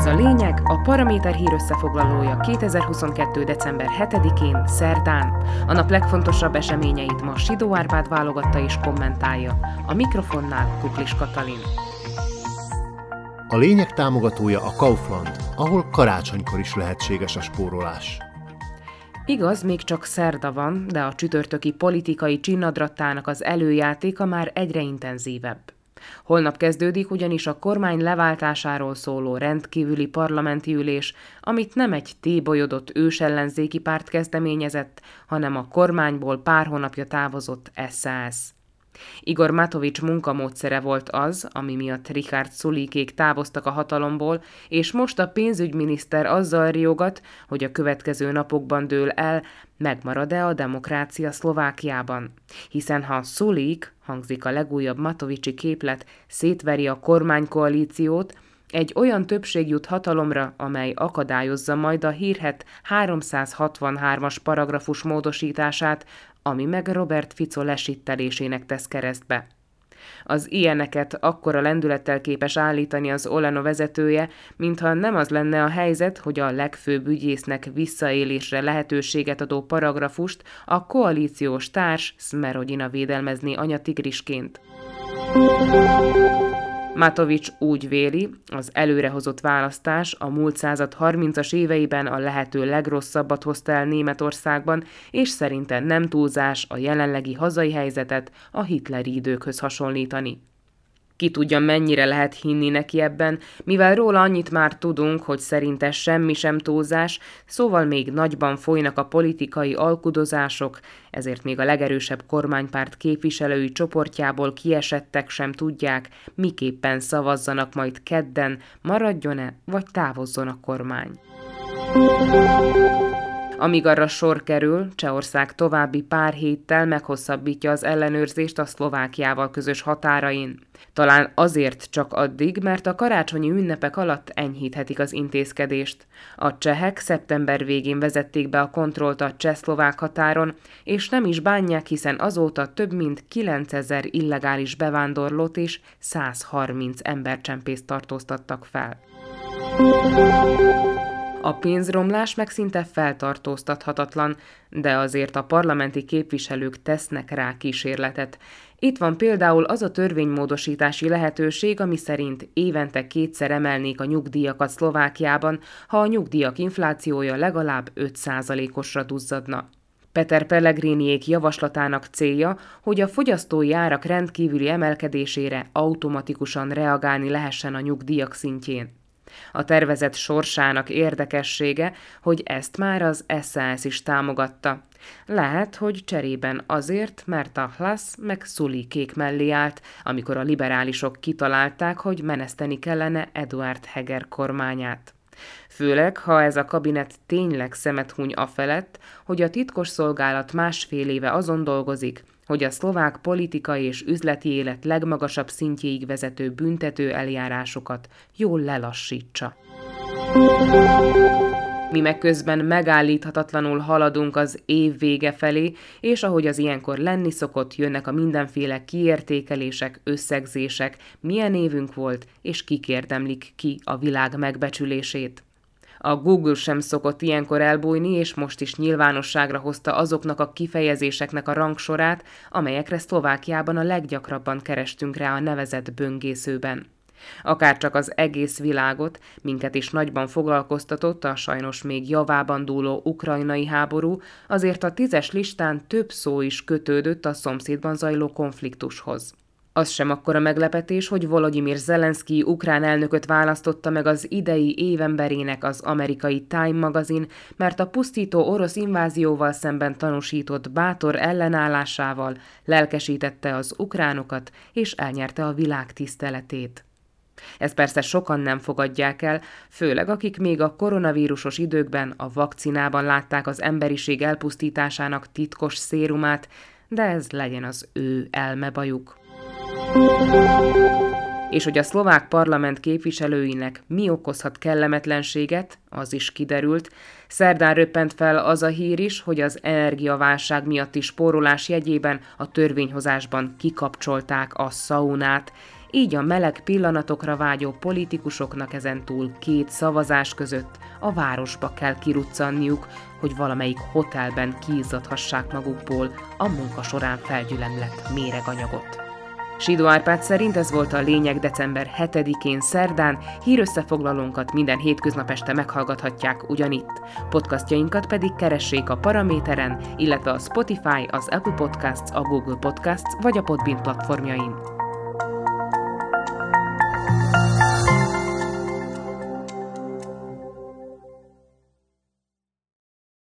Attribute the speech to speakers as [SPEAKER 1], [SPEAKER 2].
[SPEAKER 1] a lényeg, a Paraméter hír összefoglalója 2022. december 7-én, szerdán. A nap legfontosabb eseményeit ma Sidó Árpád válogatta és kommentálja. A mikrofonnál Kuklis Katalin.
[SPEAKER 2] A lényeg támogatója a Kaufland, ahol karácsonykor is lehetséges a spórolás.
[SPEAKER 1] Igaz, még csak szerda van, de a csütörtöki politikai csinnadrattának az előjátéka már egyre intenzívebb. Holnap kezdődik ugyanis a kormány leváltásáról szóló rendkívüli parlamenti ülés, amit nem egy tébolyodott ősellenzéki párt kezdeményezett, hanem a kormányból pár hónapja távozott SZSZ. Igor Matovics munkamódszere volt az, ami miatt Richard Sulíkék távoztak a hatalomból, és most a pénzügyminiszter azzal riogat, hogy a következő napokban dől el, megmarad-e a demokrácia Szlovákiában. Hiszen ha Sulík, hangzik a legújabb matovicsi képlet, szétveri a kormánykoalíciót, egy olyan többség jut hatalomra, amely akadályozza majd a hírhedt 363-as paragrafus módosítását, ami meg Robert Fico lesittelésének tesz keresztbe. Az ilyeneket akkora lendülettel képes állítani az Olano vezetője, mintha nem az lenne a helyzet, hogy a legfőbb ügyésznek visszaélésre lehetőséget adó paragrafust a koalíciós társ Smerodina védelmezni anyatigrisként. Matovics úgy véli, az előrehozott választás a múlt század 30-as éveiben a lehető legrosszabbat hozta el Németországban, és szerinte nem túlzás a jelenlegi hazai helyzetet a hitleri időkhöz hasonlítani. Ki tudja, mennyire lehet hinni neki ebben, mivel róla annyit már tudunk, hogy szerinte semmi sem túlzás, szóval még nagyban folynak a politikai alkudozások, ezért még a legerősebb kormánypárt képviselői csoportjából kiesettek sem tudják, miképpen szavazzanak majd kedden, maradjon-e vagy távozzon a kormány. Amíg arra sor kerül, Csehország további pár héttel meghosszabbítja az ellenőrzést a Szlovákiával közös határain. Talán azért csak addig, mert a karácsonyi ünnepek alatt enyhíthetik az intézkedést. A csehek szeptember végén vezették be a kontrollt a cseh-szlovák határon, és nem is bánják, hiszen azóta több mint 9000 illegális bevándorlót és 130 embercsempészt tartóztattak fel. A pénzromlás meg szinte feltartóztathatatlan, de azért a parlamenti képviselők tesznek rá kísérletet. Itt van például az a törvénymódosítási lehetőség, ami szerint évente 2-szer emelnék a nyugdíjakat Szlovákiában, ha a nyugdíjak inflációja legalább 5%-osra duzzadna. Peter Pellegriniék javaslatának célja, hogy a fogyasztói árak rendkívüli emelkedésére automatikusan reagálni lehessen a nyugdíjak szintjén. A tervezet sorsának érdekessége, hogy ezt már az SZSZ is támogatta. Lehet, hogy cserében azért, mert a Hlas meg Sulíkék mellé állt, amikor a liberálisok kitalálták, hogy meneszteni kellene Eduard Heger kormányát. Főleg, ha ez a kabinet tényleg szemet huny afelett, hogy a titkosszolgálat másfél éve azon dolgozik, hogy a szlovák politikai és üzleti élet legmagasabb szintjéig vezető büntető eljárásokat jól lelassítsa. Mi meg közben megállíthatatlanul haladunk az év vége felé, és ahogy az ilyenkor lenni szokott, jönnek a mindenféle kiértékelések, összegzések, milyen évünk volt, és kik érdemlik ki a világ megbecsülését. A Google sem szokott ilyenkor elbújni, és most is nyilvánosságra hozta azoknak a kifejezéseknek a rangsorát, amelyekre Szlovákiában a leggyakrabban kerestünk rá a nevezett böngészőben. Akárcsak az egész világot, minket is nagyban foglalkoztatott a sajnos még javában dúló ukrajnai háború, azért a 10-es listán több szó is kötődött a szomszédban zajló konfliktushoz. Az sem akkora meglepetés, hogy Volodymyr Zelenszkij ukrán elnököt választotta meg az idei évemberének az amerikai Time magazin, mert a pusztító orosz invázióval szemben tanúsított bátor ellenállásával lelkesítette az ukránokat és elnyerte a világ tiszteletét. Ezt persze sokan nem fogadják el, főleg akik még a koronavírusos időkben a vakcinában látták az emberiség elpusztításának titkos szérumát, de ez legyen az ő elmebajuk. És hogy a szlovák parlament képviselőinek mi okozhat kellemetlenséget, az is kiderült. Szerdán röppent fel az a hír is, hogy az energiaválság miatti spórolás jegyében a törvényhozásban kikapcsolták a szaunát, így a meleg pillanatokra vágyó politikusoknak ezentúl 2 szavazás között a városba kell kiruccanniuk, hogy valamelyik hotelben kiizzadhassák magukból a munka során felgyülemlett méreganyagot. Sidó Árpád szerint ez volt a lényeg december 7-én szerdán, hírösszefoglalónkat minden hétköznap este meghallgathatják ugyanitt. Podcastjainkat pedig keressék a Paraméteren, illetve a Spotify, az Apple Podcasts, a Google Podcasts vagy a Podbean platformjain.